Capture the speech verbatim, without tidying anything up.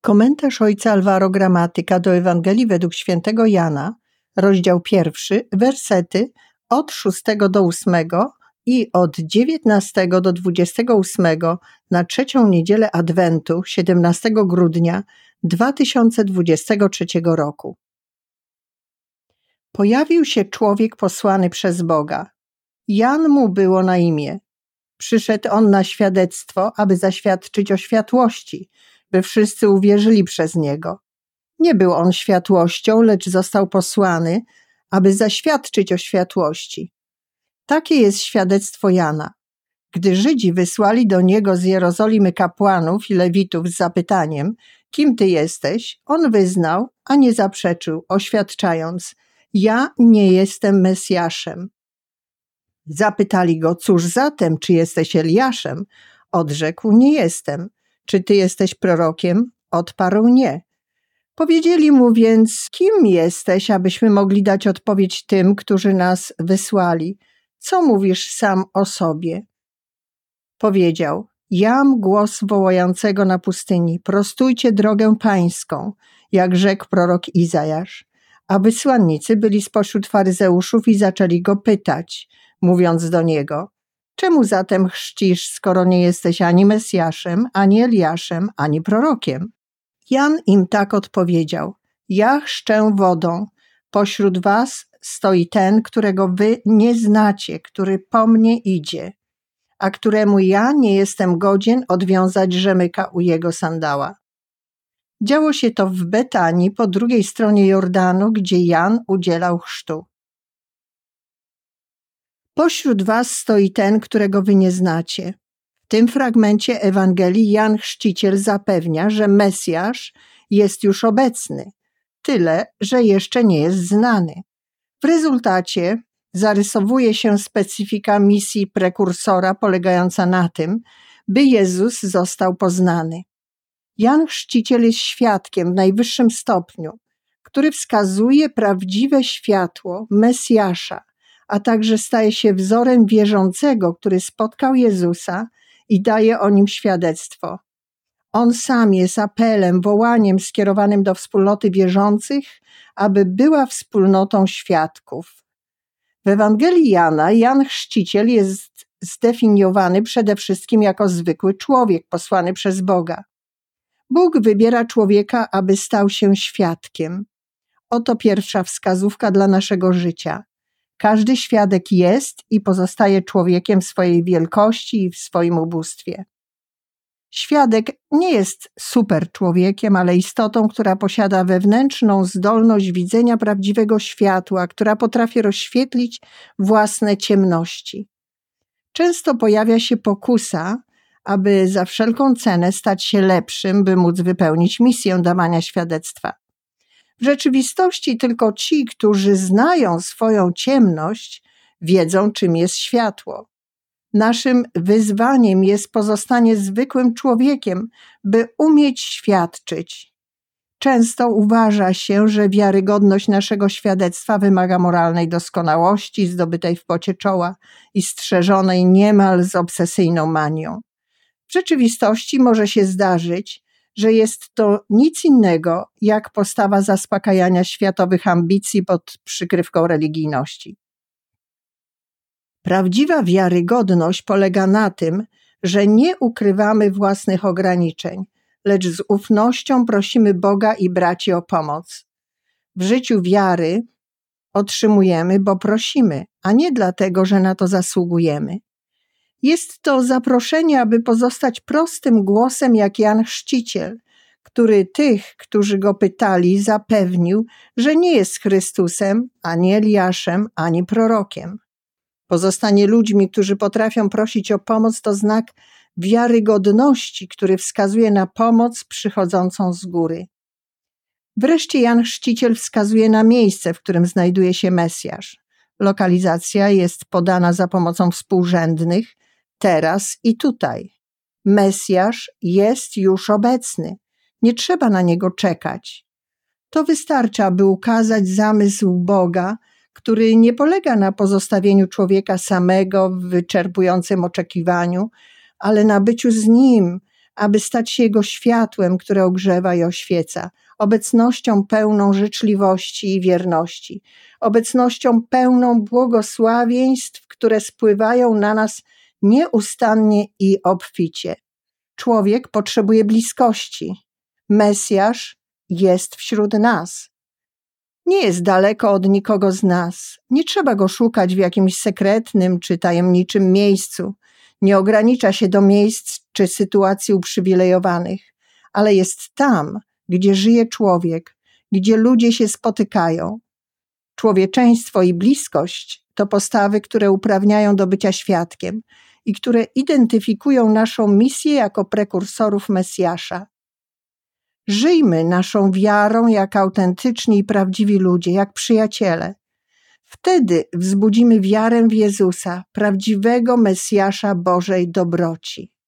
Komentarz ojca Alvaro Gramatyka do Ewangelii według świętego Jana, rozdział pierwszy, wersety od szóstego do ósmego i od dziewiętnastego do dwudziestego ósmego na trzecią niedzielę Adwentu, siedemnastego grudnia dwa tysiące dwudziestego trzeciego roku. Pojawił się człowiek posłany przez Boga. Jan mu było na imię. Przyszedł on na świadectwo, aby zaświadczyć o światłości, by wszyscy uwierzyli przez niego. Nie był on światłością, lecz został posłany, aby zaświadczyć o światłości. Takie jest świadectwo Jana. Gdy Żydzi wysłali do niego z Jerozolimy kapłanów i lewitów z zapytaniem, kim ty jesteś, on wyznał, a nie zaprzeczył, oświadczając, ja nie jestem Mesjaszem. Zapytali go, cóż zatem, czy jesteś Eliaszem? Odrzekł, nie jestem. Czy ty jesteś prorokiem? Odparł, nie. Powiedzieli mu więc, kim jesteś, abyśmy mogli dać odpowiedź tym, którzy nas wysłali? Co mówisz sam o sobie? Powiedział, jam głos wołającego na pustyni, prostujcie drogę pańską, jak rzekł prorok Izajasz. A wysłannicy byli spośród faryzeuszów i zaczęli go pytać, mówiąc do niego, czemu zatem chrzcisz, skoro nie jesteś ani Mesjaszem, ani Eliaszem, ani prorokiem? Jan im tak odpowiedział, ja chrzczę wodą, pośród was stoi ten, którego wy nie znacie, który po mnie idzie, a któremu ja nie jestem godzien odwiązać rzemyka u jego sandała. Działo się to w Betanii po drugiej stronie Jordanu, gdzie Jan udzielał chrztu. Pośród was stoi ten, którego wy nie znacie. W tym fragmencie Ewangelii Jan Chrzciciel zapewnia, że Mesjasz jest już obecny, tyle, że jeszcze nie jest znany. W rezultacie zarysowuje się specyfika misji prekursora polegająca na tym, by Jezus został poznany. Jan Chrzciciel jest świadkiem w najwyższym stopniu, który wskazuje prawdziwe światło Mesjasza, a także staje się wzorem wierzącego, który spotkał Jezusa i daje o nim świadectwo. On sam jest apelem, wołaniem skierowanym do wspólnoty wierzących, aby była wspólnotą świadków. W Ewangelii Jana Jan Chrzciciel jest zdefiniowany przede wszystkim jako zwykły człowiek posłany przez Boga. Bóg wybiera człowieka, aby stał się świadkiem. Oto pierwsza wskazówka dla naszego życia. Każdy świadek jest i pozostaje człowiekiem w swojej wielkości i w swoim ubóstwie. Świadek nie jest super człowiekiem, ale istotą, która posiada wewnętrzną zdolność widzenia prawdziwego światła, która potrafi rozświetlić własne ciemności. Często pojawia się pokusa, aby za wszelką cenę stać się lepszym, by móc wypełnić misję dawania świadectwa. W rzeczywistości tylko ci, którzy znają swoją ciemność, wiedzą, czym jest światło. Naszym wyzwaniem jest pozostanie zwykłym człowiekiem, by umieć świadczyć. Często uważa się, że wiarygodność naszego świadectwa wymaga moralnej doskonałości, zdobytej w pocie czoła i strzeżonej niemal z obsesyjną manią. W rzeczywistości może się zdarzyć, że jest to nic innego jak postawa zaspokajania światowych ambicji pod przykrywką religijności. Prawdziwa wiarygodność polega na tym, że nie ukrywamy własnych ograniczeń, lecz z ufnością prosimy Boga i braci o pomoc. W życiu wiary otrzymujemy, bo prosimy, a nie dlatego, że na to zasługujemy. Jest to zaproszenie, aby pozostać prostym głosem jak Jan Chrzciciel, który tych, którzy go pytali, zapewnił, że nie jest Chrystusem, ani Eliaszem, ani prorokiem. Pozostanie ludźmi, którzy potrafią prosić o pomoc, to znak wiarygodności, który wskazuje na pomoc przychodzącą z góry. Wreszcie Jan Chrzciciel wskazuje na miejsce, w którym znajduje się Mesjasz. Lokalizacja jest podana za pomocą współrzędnych, teraz i tutaj. Mesjasz jest już obecny. Nie trzeba na niego czekać. To wystarczy, aby ukazać zamysł Boga, który nie polega na pozostawieniu człowieka samego w wyczerpującym oczekiwaniu, ale na byciu z nim, aby stać się Jego światłem, które ogrzewa i oświeca, obecnością pełną życzliwości i wierności, obecnością pełną błogosławieństw, które spływają na nas nieustannie i obficie. Człowiek potrzebuje bliskości. Mesjasz jest wśród nas. Nie jest daleko od nikogo z nas. Nie trzeba Go szukać w jakimś sekretnym czy tajemniczym miejscu. Nie ogranicza się do miejsc czy sytuacji uprzywilejowanych, ale jest tam, gdzie żyje człowiek, gdzie ludzie się spotykają. Człowieczeństwo i bliskość to postawy, które uprawniają do bycia świadkiem i które identyfikują naszą misję jako prekursorów Mesjasza. Żyjmy naszą wiarą jak autentyczni i prawdziwi ludzie, jak przyjaciele. Wtedy wzbudzimy wiarę w Jezusa, prawdziwego Mesjasza Bożej dobroci.